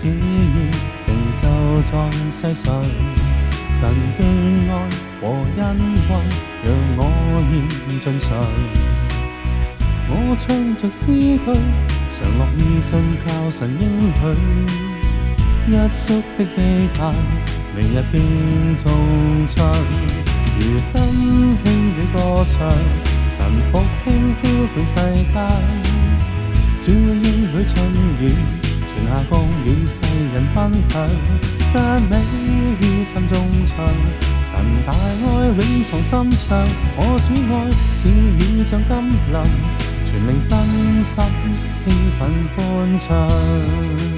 旨意成就在世上，神嘅愛和恩惠讓我獻盡上。我唱着詩句，常樂意信靠神應許，一宿的悲嘆，明日變頌唱。如今輕語歌唱，神復興飄遍世界，主應許春雨傳下降與世人分享，讚美於心中唱，神大愛永藏心上，我主愛似雨像甘霖，全令身心興奮歡暢。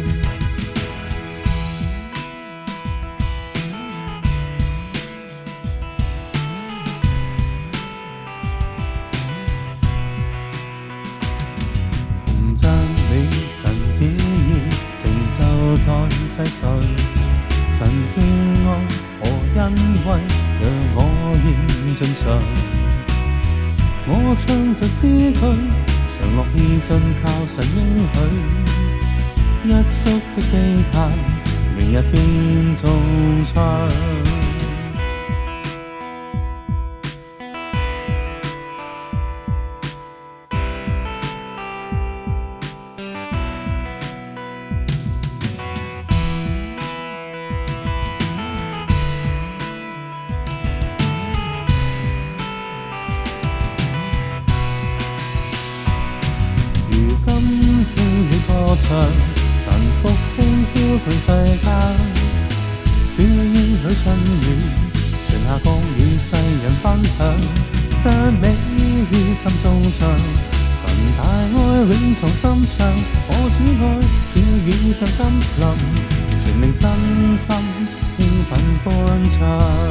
讚美神旨意成就在世上，神嘅愛和恩惠讓我獻盡上。我唱着詩句，常樂意信靠神應許，一宿的悲嘆，明日變頌唱。如今輕語歌唱，神復興飄遍世界，主應許春雨傳下降與世人分享，讚美於心中唱，神大愛永藏心上，我主愛似雨像甘霖，全令身心興奮歡暢。